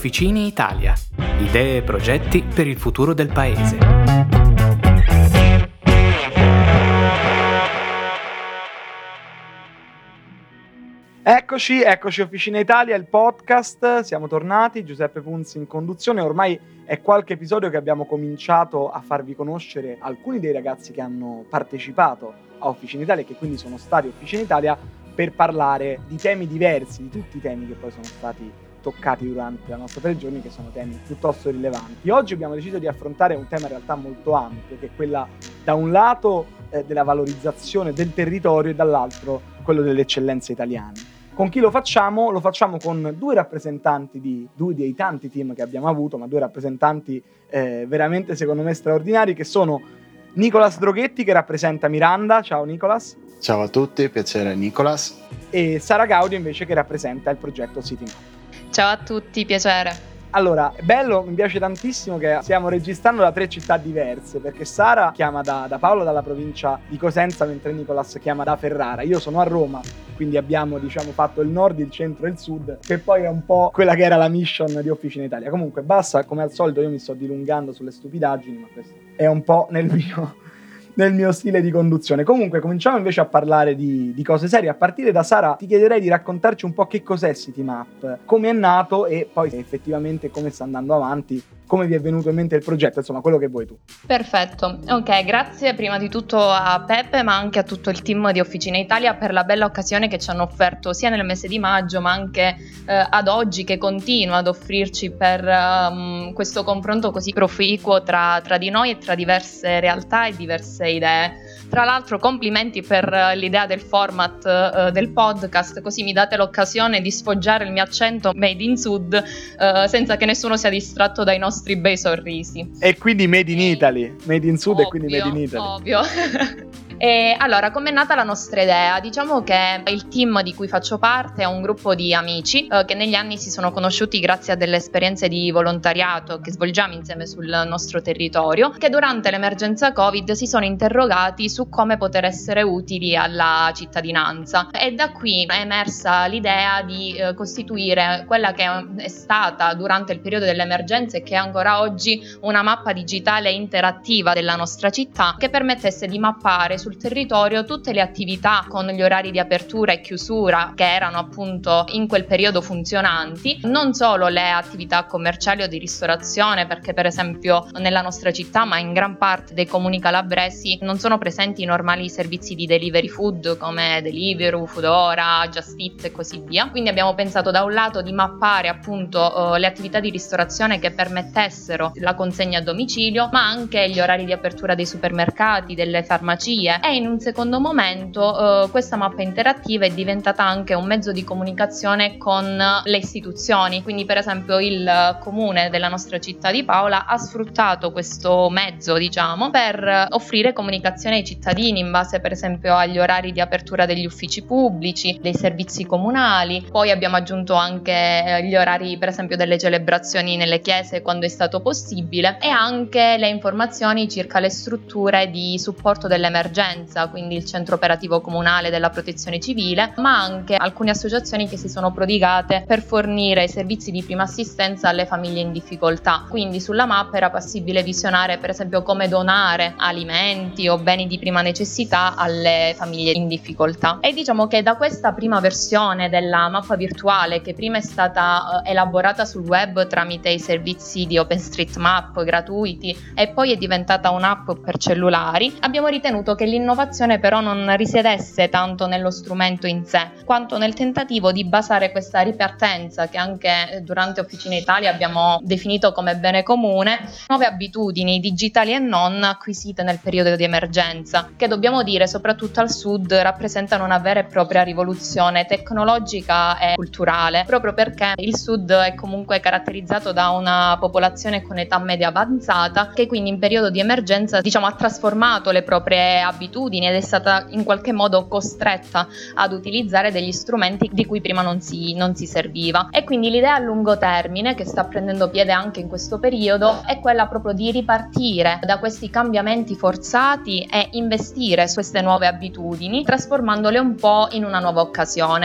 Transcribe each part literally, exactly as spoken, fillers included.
Officine Italia. Idee e progetti per il futuro del paese. Eccoci, eccoci Officine Italia, il podcast, siamo tornati, Giuseppe Punzi in conduzione. Ormai è qualche episodio che abbiamo cominciato a farvi conoscere alcuni dei ragazzi che hanno partecipato a Officine Italia e che quindi sono stati Officine Italia per parlare di temi diversi, di tutti i temi che poi sono stati toccati durante la nostra tre giorni, che sono temi piuttosto rilevanti. Oggi abbiamo deciso di affrontare un tema in realtà molto ampio, che è quella da un lato eh, della valorizzazione del territorio e dall'altro quello delle eccellenze italiane. Con chi lo facciamo? Lo facciamo con due rappresentanti di due dei tanti team che abbiamo avuto, ma due rappresentanti eh, veramente secondo me straordinari, che sono Nicolas Droghetti, che rappresenta Miranda. Ciao Nicolas. Ciao a tutti, piacere Nicolas. E Sara Gaudio invece, che rappresenta il progetto City Map. Ciao a tutti, piacere. Allora, è bello, mi piace tantissimo che stiamo registrando da tre città diverse, perché Sara chiama da, da Paolo, dalla provincia di Cosenza, mentre Nicolas chiama da Ferrara. Io sono a Roma, quindi abbiamo, diciamo, fatto il nord, il centro e il sud, che poi è un po' quella che era la mission di Officine Italia. Comunque, basta, come al solito io mi sto dilungando sulle stupidaggini, ma questo è un po' nel mio... nel mio stile di conduzione. Comunque cominciamo invece a parlare di, di cose serie. A partire da Sara ti chiederei di raccontarci un po' che cos'è City Map, come è nato e poi effettivamente come sta andando avanti, come vi è venuto in mente il progetto, insomma quello che vuoi tu. Perfetto, ok, grazie prima di tutto a Peppe ma anche a tutto il team di Officine Italia per la bella occasione che ci hanno offerto sia nel mese di maggio ma anche eh, ad oggi, che continua ad offrirci per um, questo confronto così proficuo tra, tra di noi e tra diverse realtà e diverse idee. Tra l'altro complimenti per l'idea del format uh, del podcast, così mi date l'occasione di sfoggiare il mio accento made in Sud uh, senza che nessuno sia distratto dai nostri bei sorrisi. E quindi made in Italy, made in Sud. Ovvio, e quindi made in Italy. Ovvio. E allora, com'è nata la nostra idea? Diciamo che il team di cui faccio parte è un gruppo di amici eh, che negli anni si sono conosciuti grazie a delle esperienze di volontariato che svolgiamo insieme sul nostro territorio, che durante l'emergenza Covid si sono interrogati su come poter essere utili alla cittadinanza, e da qui è emersa l'idea di eh, costituire quella che è stata durante il periodo dell'emergenza e che è ancora oggi una mappa digitale interattiva della nostra città, che permettesse di mappare sul territorio tutte le attività con gli orari di apertura e chiusura che erano appunto in quel periodo funzionanti, non solo le attività commerciali o di ristorazione, perché per esempio nella nostra città ma in gran parte dei comuni calabresi non sono presenti i normali servizi di delivery food come Deliveroo, Foodora, Just Eat e così via. Quindi abbiamo pensato da un lato di mappare appunto uh, le attività di ristorazione che permettessero la consegna a domicilio, ma anche gli orari di apertura dei supermercati, delle farmacie. E in un secondo momento eh, questa mappa interattiva è diventata anche un mezzo di comunicazione con le istituzioni, quindi per esempio il comune della nostra città di Paola ha sfruttato questo mezzo, diciamo, per offrire comunicazione ai cittadini in base per esempio agli orari di apertura degli uffici pubblici, dei servizi comunali. Poi abbiamo aggiunto anche gli orari per esempio delle celebrazioni nelle chiese quando è stato possibile, e anche le informazioni circa le strutture di supporto dell'emergenza, quindi il centro operativo comunale della protezione civile, ma anche alcune associazioni che si sono prodigate per fornire servizi di prima assistenza alle famiglie in difficoltà. Quindi sulla mappa era possibile visionare per esempio come donare alimenti o beni di prima necessità alle famiglie in difficoltà. E diciamo che da questa prima versione della mappa virtuale, che prima è stata eh, elaborata sul web tramite i servizi di OpenStreetMap gratuiti e poi è diventata un'app per cellulari, abbiamo ritenuto che l'innovazione però non risiedesse tanto nello strumento in sé, quanto nel tentativo di basare questa ripartenza, che anche durante Officine Italia abbiamo definito come bene comune, nuove abitudini digitali e non acquisite nel periodo di emergenza, che dobbiamo dire soprattutto al sud rappresentano una vera e propria rivoluzione tecnologica e culturale, proprio perché il sud è comunque caratterizzato da una popolazione con età media avanzata, che quindi in periodo di emergenza diciamo ha trasformato le proprie abitudini ed è stata in qualche modo costretta ad utilizzare degli strumenti di cui prima non si, non si serviva. E quindi l'idea a lungo termine, che sta prendendo piede anche in questo periodo, è quella proprio di ripartire da questi cambiamenti forzati e investire su queste nuove abitudini, trasformandole un po' in una nuova occasione.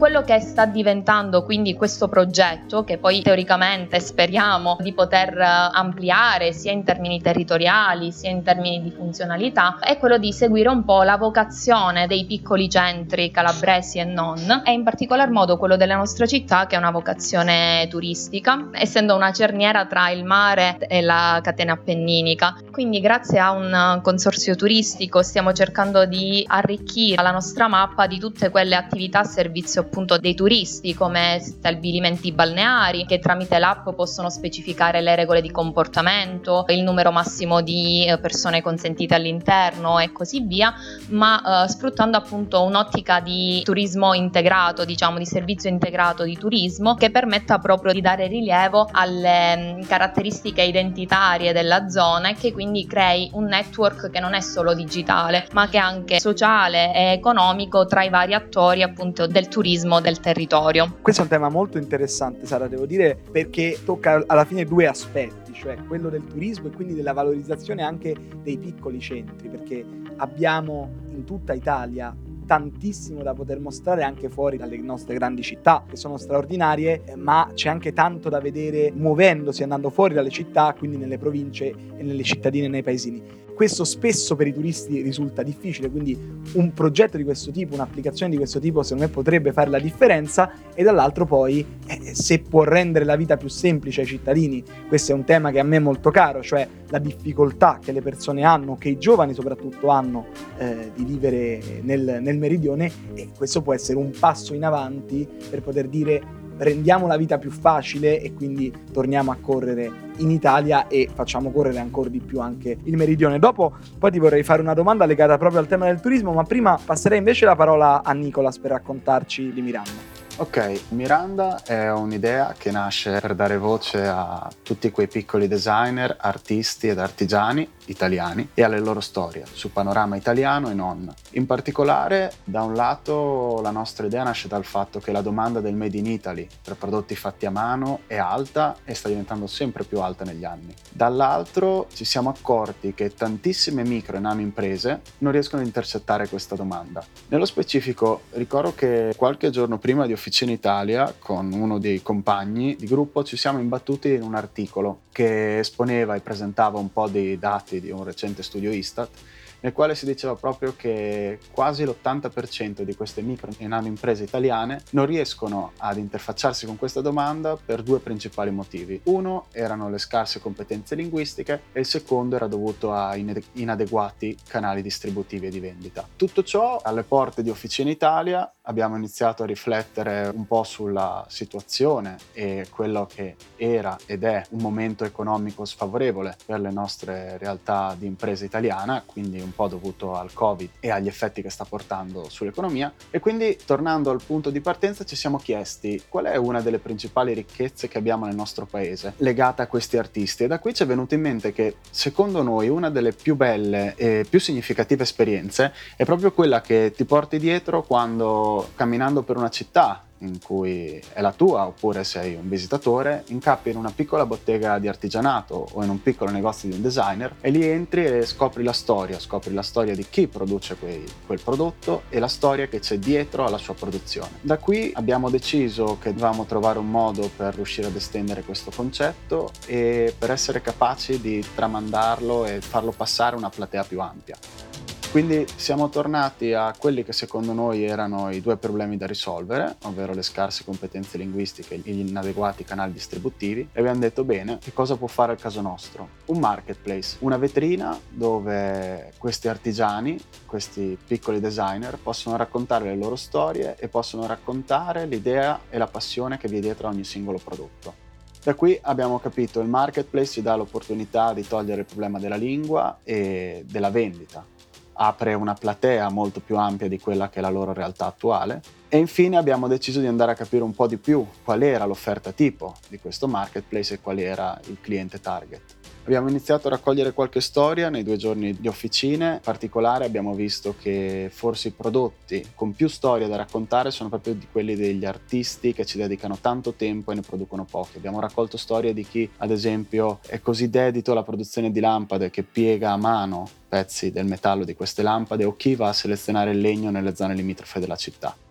quello che sta diventando quindi questo progetto, che poi teoricamente speriamo di poter ampliare sia in termini territoriali sia in termini di funzionalità, è quello di seguire un po' la vocazione dei piccoli centri calabresi e non, e in particolar modo quello della nostra città, che è una vocazione turistica, essendo una cerniera tra il mare e la catena appenninica. Quindi grazie a un consorzio turistico stiamo cercando di arricchire la nostra mappa di tutte quelle attività a servizio appunto dei turisti, come stabilimenti balneari che tramite l'app possono specificare le regole di comportamento, il numero massimo di persone consentite all'interno e così via, ma eh, sfruttando appunto un'ottica di turismo integrato, diciamo di servizio integrato di turismo, che permetta proprio di dare rilievo alle mh, caratteristiche identitarie della zona e che quindi crei un network che non è solo digitale ma che è anche sociale e economico tra i vari attori appunto del turismo del territorio. Questo è un tema molto interessante, Sara, devo dire, perché tocca alla fine due aspetti, cioè quello del turismo e quindi della valorizzazione anche dei piccoli centri, perché abbiamo in tutta Italia tantissimo da poter mostrare anche fuori dalle nostre grandi città, che sono straordinarie, ma c'è anche tanto da vedere muovendosi, andando fuori dalle città, quindi nelle province e nelle cittadine e nei paesini. Questo spesso per i turisti risulta difficile, quindi un progetto di questo tipo, un'applicazione di questo tipo secondo me potrebbe fare la differenza, e dall'altro poi eh, se può rendere la vita più semplice ai cittadini. Questo è un tema che a me è molto caro, cioè la difficoltà che le persone hanno, che i giovani soprattutto hanno eh, di vivere nel, nel meridione, e questo può essere un passo in avanti per poter dire rendiamo la vita più facile e quindi torniamo a correre in Italia e facciamo correre ancora di più anche il meridione. Dopo poi ti vorrei fare una domanda legata proprio al tema del turismo, ma prima passerei invece la parola a Nicolas per raccontarci di Miranda. Ok, Miranda è un'idea che nasce per dare voce a tutti quei piccoli designer, artisti ed artigiani italiani e alle loro storie, su panorama italiano e non. In particolare, da un lato, la nostra idea nasce dal fatto che la domanda del Made in Italy per prodotti fatti a mano è alta e sta diventando sempre più alta negli anni. Dall'altro, ci siamo accorti che tantissime micro e nano imprese non riescono ad intercettare questa domanda. Nello specifico, ricordo che qualche giorno prima di Officina Italia, con uno dei compagni di gruppo, ci siamo imbattuti in un articolo che esponeva e presentava un po' dei dati di un recente studio Istat, nel quale si diceva proprio che quasi l'ottanta per cento di queste micro e nano imprese italiane non riescono ad interfacciarsi con questa domanda per due principali motivi. Uno erano le scarse competenze linguistiche e il secondo era dovuto a inadeguati canali distributivi e di vendita. Tutto ciò alle porte di Officina Italia. Abbiamo iniziato a riflettere un po' sulla situazione e quello che era ed è un momento economico sfavorevole per le nostre realtà di impresa italiana, quindi un po' dovuto al Covid e agli effetti che sta portando sull'economia, e quindi tornando al punto di partenza ci siamo chiesti qual è una delle principali ricchezze che abbiamo nel nostro paese legata a questi artisti, e da qui ci è venuto in mente che secondo noi una delle più belle e più significative esperienze è proprio quella che ti porti dietro quando camminando per una città in cui è la tua oppure sei un visitatore, incappi in una piccola bottega di artigianato o in un piccolo negozio di un designer e lì entri e scopri la storia, scopri la storia di chi produce quei, quel prodotto e la storia che c'è dietro alla sua produzione. Da qui abbiamo deciso che dovevamo trovare un modo per riuscire ad estendere questo concetto e per essere capaci di tramandarlo e farlo passare a una platea più ampia. Quindi siamo tornati a quelli che secondo noi erano i due problemi da risolvere, ovvero le scarse competenze linguistiche e gli inadeguati canali distributivi, e abbiamo detto bene, che cosa può fare al caso nostro? Un marketplace, una vetrina dove questi artigiani, questi piccoli designer possono raccontare le loro storie e possono raccontare l'idea e la passione che vi è dietro a ogni singolo prodotto. Da qui abbiamo capito che il marketplace ci dà l'opportunità di togliere il problema della lingua e della vendita. Apre una platea molto più ampia di quella che è la loro realtà attuale, e infine abbiamo deciso di andare a capire un po' di più qual era l'offerta tipo di questo marketplace e qual era il cliente target. Abbiamo iniziato a raccogliere qualche storia nei due giorni di officine. In particolare abbiamo visto che forse i prodotti con più storie da raccontare sono proprio di quelli degli artisti che ci dedicano tanto tempo e ne producono pochi. Abbiamo raccolto storie di chi, ad esempio, è così dedito alla produzione di lampade che piega a mano pezzi del metallo di queste lampade, o chi va a selezionare il legno nelle zone limitrofe della città.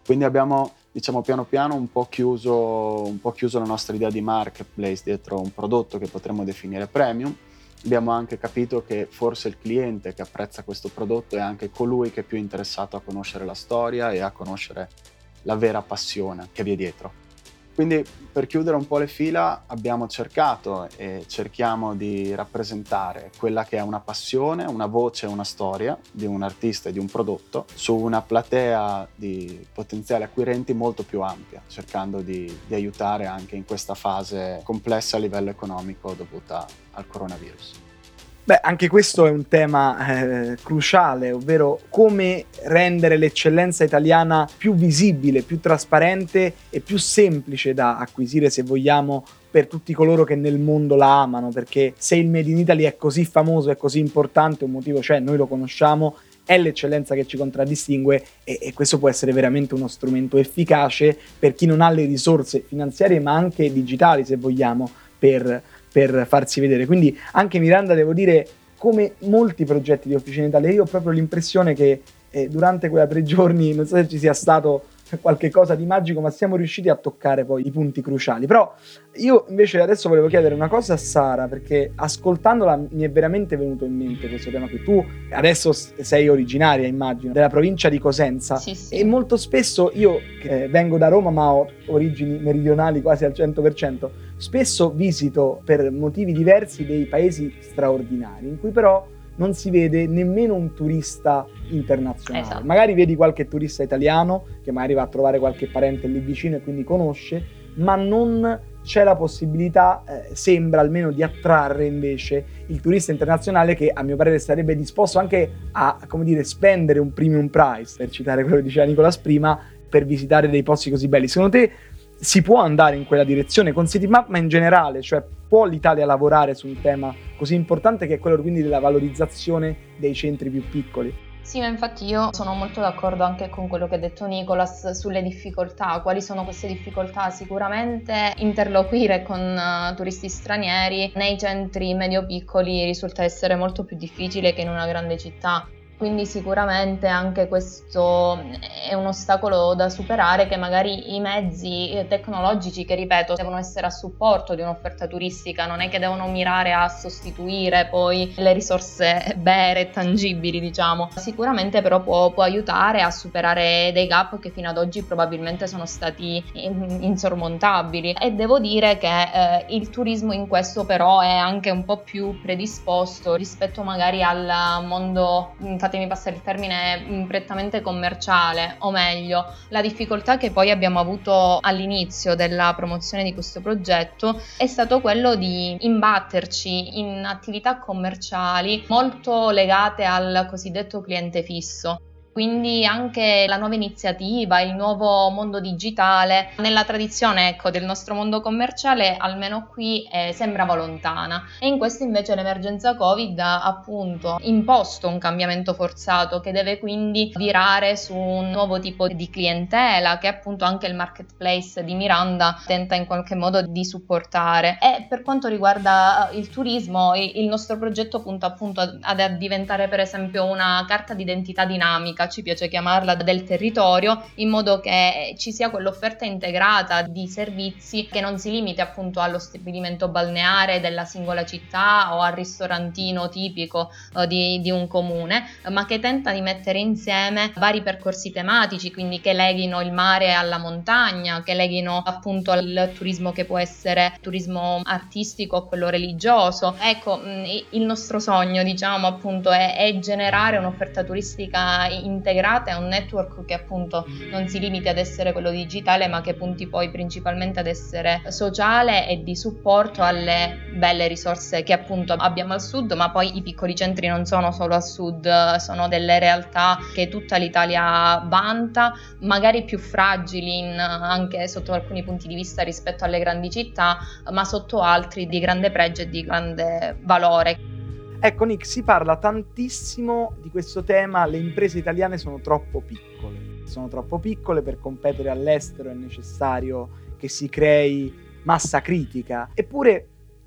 Quindi abbiamo, diciamo, piano piano un po' chiuso, un po' chiuso la nostra idea di marketplace dietro un prodotto che potremmo definire premium. Abbiamo anche capito che forse il cliente che apprezza questo prodotto è anche colui che è più interessato a conoscere la storia e a conoscere la vera passione che vi è dietro. Quindi, per chiudere un po' le fila, abbiamo cercato e cerchiamo di rappresentare quella che è una passione, una voce, una storia di un artista e di un prodotto su una platea di potenziali acquirenti molto più ampia, cercando di, di aiutare anche in questa fase complessa a livello economico dovuta al coronavirus. Beh, anche questo è un tema eh, cruciale, ovvero come rendere l'eccellenza italiana più visibile, più trasparente e più semplice da acquisire, se vogliamo, per tutti coloro che nel mondo la amano, perché se il Made in Italy è così famoso, è così importante, un motivo c'è, noi lo conosciamo, è l'eccellenza che ci contraddistingue e, e questo può essere veramente uno strumento efficace per chi non ha le risorse finanziarie, ma anche digitali, se vogliamo, per per farsi vedere. Quindi anche Miranda, devo dire, come molti progetti di Officina Italia, io ho proprio l'impressione che eh, durante quei tre giorni, non so se ci sia stato qualche cosa di magico, ma siamo riusciti a toccare poi i punti cruciali. Però io invece adesso volevo chiedere una cosa a Sara, perché ascoltandola mi è veramente venuto in mente questo tema qui. Tu adesso sei originaria, immagino, della provincia di Cosenza. Sì, sì. E molto spesso io, che vengo da Roma ma ho origini meridionali quasi al cento per cento, spesso visito per motivi diversi dei paesi straordinari, in cui però non si vede nemmeno un turista internazionale. Esatto. Magari vedi qualche turista italiano che magari va a trovare qualche parente lì vicino e quindi conosce, ma non c'è la possibilità, eh, sembra almeno, di attrarre invece il turista internazionale che a mio parere sarebbe disposto anche a, come dire, spendere un premium price, per citare quello che diceva Nicolas prima, per visitare dei posti così belli. Secondo te si può andare in quella direzione con Citymap, ma in generale, cioè può l'Italia lavorare su un tema così importante che è quello quindi della valorizzazione dei centri più piccoli? Sì, ma infatti io sono molto d'accordo anche con quello che ha detto Nicolas sulle difficoltà. Quali sono queste difficoltà? Sicuramente interloquire con uh, turisti stranieri nei centri medio-piccoli risulta essere molto più difficile che in una grande città. Quindi sicuramente anche questo è un ostacolo da superare, che magari i mezzi tecnologici, che ripeto devono essere a supporto di un'offerta turistica, non è che devono mirare a sostituire poi le risorse vere e tangibili, diciamo. Sicuramente però può, può aiutare a superare dei gap che fino ad oggi probabilmente sono stati insormontabili. E devo dire che eh, il turismo in questo però è anche un po' più predisposto rispetto magari al mondo, fatemi passare il termine, prettamente commerciale, o meglio, la difficoltà che poi abbiamo avuto all'inizio della promozione di questo progetto è stato quello di imbatterci in attività commerciali molto legate al cosiddetto cliente fisso. Quindi anche la nuova iniziativa, il nuovo mondo digitale, nella tradizione ecco, del nostro mondo commerciale, almeno qui eh, sembrava lontana. E in questo invece l'emergenza Covid ha appunto imposto un cambiamento forzato che deve quindi virare su un nuovo tipo di clientela che appunto anche il marketplace di Miranda tenta in qualche modo di supportare. E per quanto riguarda il turismo, il nostro progetto punta appunto ad diventare per esempio una carta d'identità dinamica, ci piace chiamarla, del territorio, in modo che ci sia quell'offerta integrata di servizi che non si limiti appunto allo stabilimento balneare della singola città o al ristorantino tipico uh, di, di un comune, ma che tenta di mettere insieme vari percorsi tematici, quindi che leghino il mare alla montagna, che leghino appunto al turismo che può essere turismo artistico o quello religioso. Ecco, mh, il nostro sogno, diciamo, appunto è, è generare un'offerta turistica integrata, è un network che appunto non si limiti ad essere quello digitale, ma che punti poi principalmente ad essere sociale e di supporto alle belle risorse che appunto abbiamo al sud. Ma poi i piccoli centri non sono solo al sud, sono delle realtà che tutta l'Italia vanta, magari più fragili in, anche sotto alcuni punti di vista rispetto alle grandi città, ma sotto altri di grande pregio e di grande valore. Ecco Nick, si parla tantissimo di questo tema, le imprese italiane sono troppo piccole, sono troppo piccole per competere all'estero, è necessario che si crei massa critica, eppure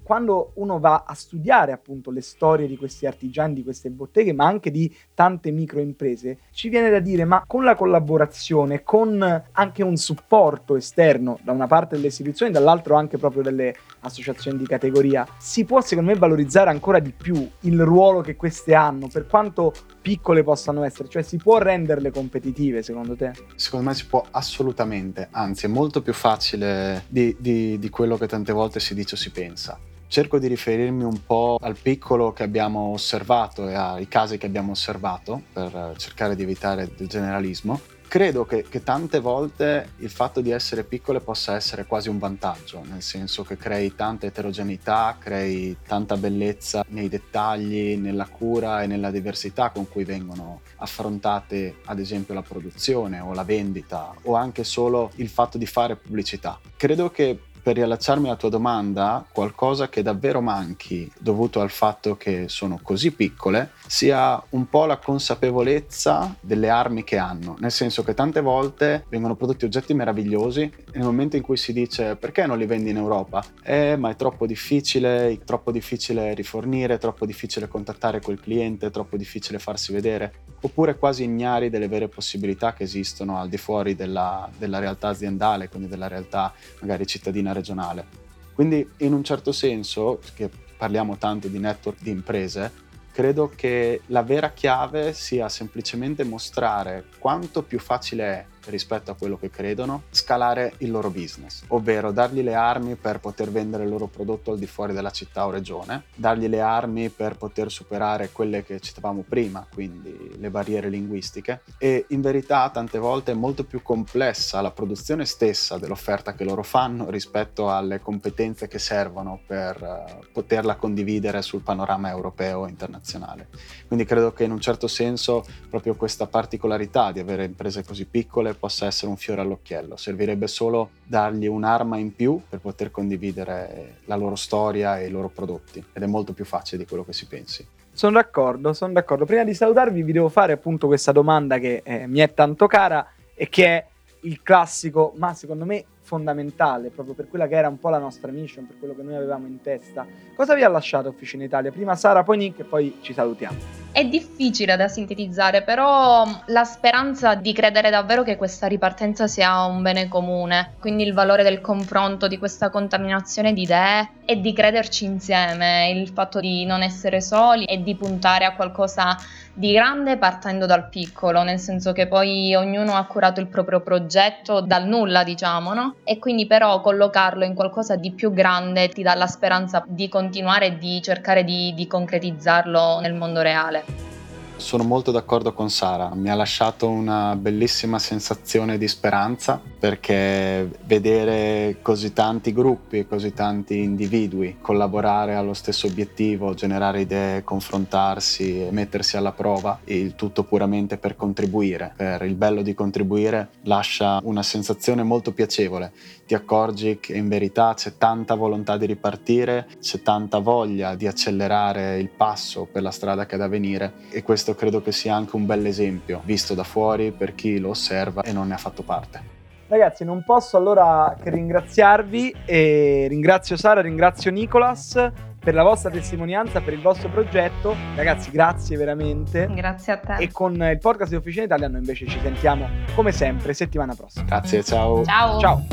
quando uno va a studiare appunto le storie di questi artigiani, di queste botteghe, ma anche di tante microimprese, ci viene da dire, ma con la collaborazione, con anche un supporto esterno, da una parte delle istituzioni, dall'altro anche proprio delle associazioni di categoria, si può secondo me valorizzare ancora di più il ruolo che queste hanno, per quanto piccole possano essere, cioè si può renderle competitive secondo te? Secondo me si può assolutamente, anzi è molto più facile di, di, di quello che tante volte si dice o si pensa. Cerco di riferirmi un po' al piccolo che abbiamo osservato e ai casi che abbiamo osservato per cercare di evitare il generalismo. Credo che, che tante volte il fatto di essere piccole possa essere quasi un vantaggio, nel senso che crei tanta eterogeneità, crei tanta bellezza nei dettagli, nella cura e nella diversità con cui vengono affrontate ad esempio la produzione o la vendita o anche solo il fatto di fare pubblicità. Credo che, per riallacciarmi alla tua domanda, qualcosa che davvero manchi dovuto al fatto che sono così piccole sia un po' la consapevolezza delle armi che hanno, nel senso che tante volte vengono prodotti oggetti meravigliosi e nel momento in cui si dice perché non li vendi in Europa? Eh, ma è troppo difficile, è troppo difficile rifornire, è troppo difficile contattare quel cliente, è troppo difficile farsi vedere, oppure quasi ignari delle vere possibilità che esistono al di fuori della, della realtà aziendale, quindi della realtà magari cittadina regionale. Quindi in un certo senso, che parliamo tanto di network di imprese, credo che la vera chiave sia semplicemente mostrare quanto più facile è rispetto a quello che credono scalare il loro business, ovvero dargli le armi per poter vendere il loro prodotto al di fuori della città o regione, dargli le armi per poter superare quelle che citavamo prima, quindi le barriere linguistiche, e in verità tante volte è molto più complessa la produzione stessa dell'offerta che loro fanno rispetto alle competenze che servono per uh, poterla condividere sul panorama europeo e internazionale. Quindi credo che in un certo senso proprio questa particolarità di avere imprese così piccole possa essere un fiore all'occhiello. Servirebbe solo dargli un'arma in più per poter condividere la loro storia e i loro prodotti, ed è molto più facile di quello che si pensi. Sono d'accordo, sono d'accordo. Prima di salutarvi vi devo fare appunto questa domanda che eh, mi è tanto cara e che è il classico, ma secondo me fondamentale, proprio per quella che era un po' la nostra mission, per quello che noi avevamo in testa. Cosa vi ha lasciato Officina Italia? Prima Sara, poi Nick e poi ci salutiamo. È difficile da sintetizzare, però la speranza di credere davvero che questa ripartenza sia un bene comune, quindi il valore del confronto, di questa contaminazione di idee e di crederci insieme, il fatto di non essere soli e di puntare a qualcosa di grande partendo dal piccolo, nel senso che poi ognuno ha curato il proprio progetto dal nulla, diciamo, no? E quindi però collocarlo in qualcosa di più grande ti dà la speranza di continuare e di cercare di, di concretizzarlo nel mondo reale. Sono molto d'accordo con Sara, mi ha lasciato una bellissima sensazione di speranza, perché vedere così tanti gruppi, così tanti individui collaborare allo stesso obiettivo, generare idee, confrontarsi e mettersi alla prova, il tutto puramente per contribuire, per il bello di contribuire, lascia una sensazione molto piacevole. Ti accorgi che in verità c'è tanta volontà di ripartire, c'è tanta voglia di accelerare il passo per la strada che è da venire, e questo credo che sia anche un bel esempio visto da fuori per chi lo osserva e non ne ha fatto parte. Ragazzi, non posso allora che ringraziarvi, e ringrazio Sara, ringrazio Nicolas per la vostra testimonianza, per il vostro progetto. Ragazzi, grazie veramente. Grazie a te. E con il podcast di Officina Italia noi invece ci sentiamo come sempre settimana prossima. Grazie, ciao. Ciao. Ciao.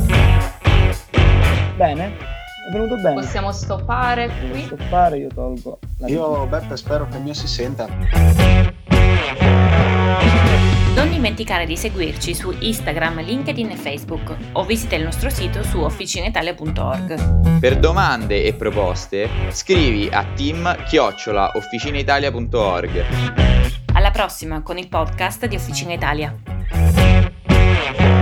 Bene, è venuto bene. Possiamo stoppare qui. Devo stoppare, io tolgo la Io, Beppe, spero che il mio si senta. Non dimenticare di seguirci su Instagram, LinkedIn e Facebook o visita il nostro sito su officinaitalia punto org. Per domande e proposte scrivi a team chiocciola officinaitalia punto org. Alla prossima con il podcast di Officina Italia.